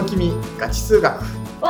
君ガチ数学。 わ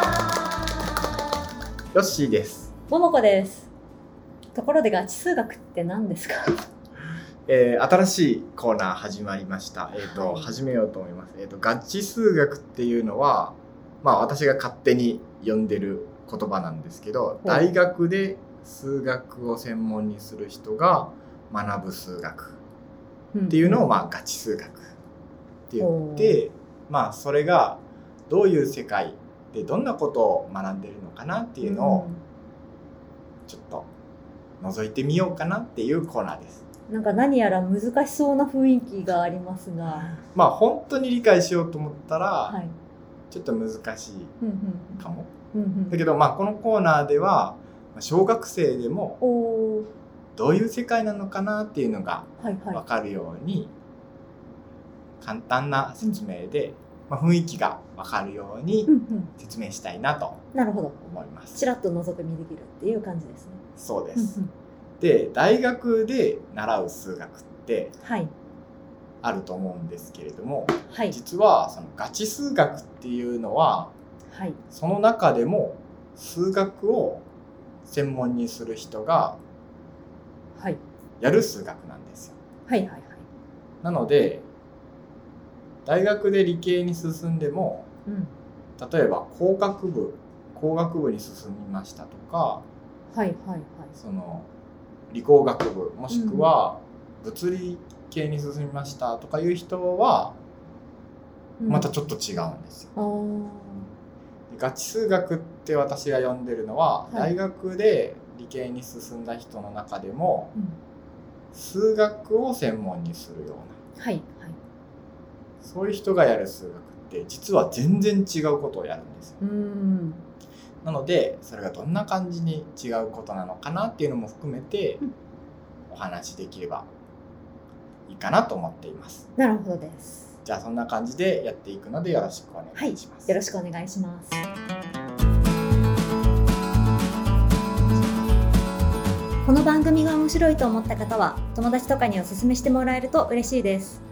ー。 ヨッシーです。 ももこです。ところでガチ数学って何ですか？ 新しいコーナー始まりました。 はい、 始めようと思います。ガチ数学っていうのは、私が勝手に呼んでる言葉なんですけど、大学で数学を専門にする人が学ぶ数学っていうのを、ガチ数学って言って、それがどういう世界でどんなことを学んでるのかなっていうのをちょっと覗いてみようかなっていうコーナーです。 なんか何やら難しそうな雰囲気がありますが、 本当に理解しようと思ったら、 はい、 ちょっと難しいかも。だだけどこのコーナーでは小学生でもどういう世界なのかなっていうのが分かるように簡単な説明で、雰囲気が分かるように説明したいなと思います。 ちらっと覗き見できるっていう感じですね。 そうです。で、大学で習う数学ってあると思うんですけれども、実はそのガチ数学っていうのは、その中でも数学を専門にする人がやる数学なんですよ。なので大学で理系に進んでも、例えば工学部に進みましたとか、その理工学部もしくは物理系に進みましたとかいう人はまたちょっと違うんですよ。ガチ数学って私が呼んでるのは、大学で理系に進んだ人の中でも、数学を専門にするような、そういう人がやる数学って実は全然違うことをやるんですよ。なのでそれがどんな感じに違うことなのかなっていうのも含めてお話しできればいいかなと思っています。 なるほどです。 じゃあそんな感じでやっていくのでよろしくお願いします。 よろしくお願いします。この番組が面白いと思った方は友達とかにお勧めしてもらえると嬉しいです。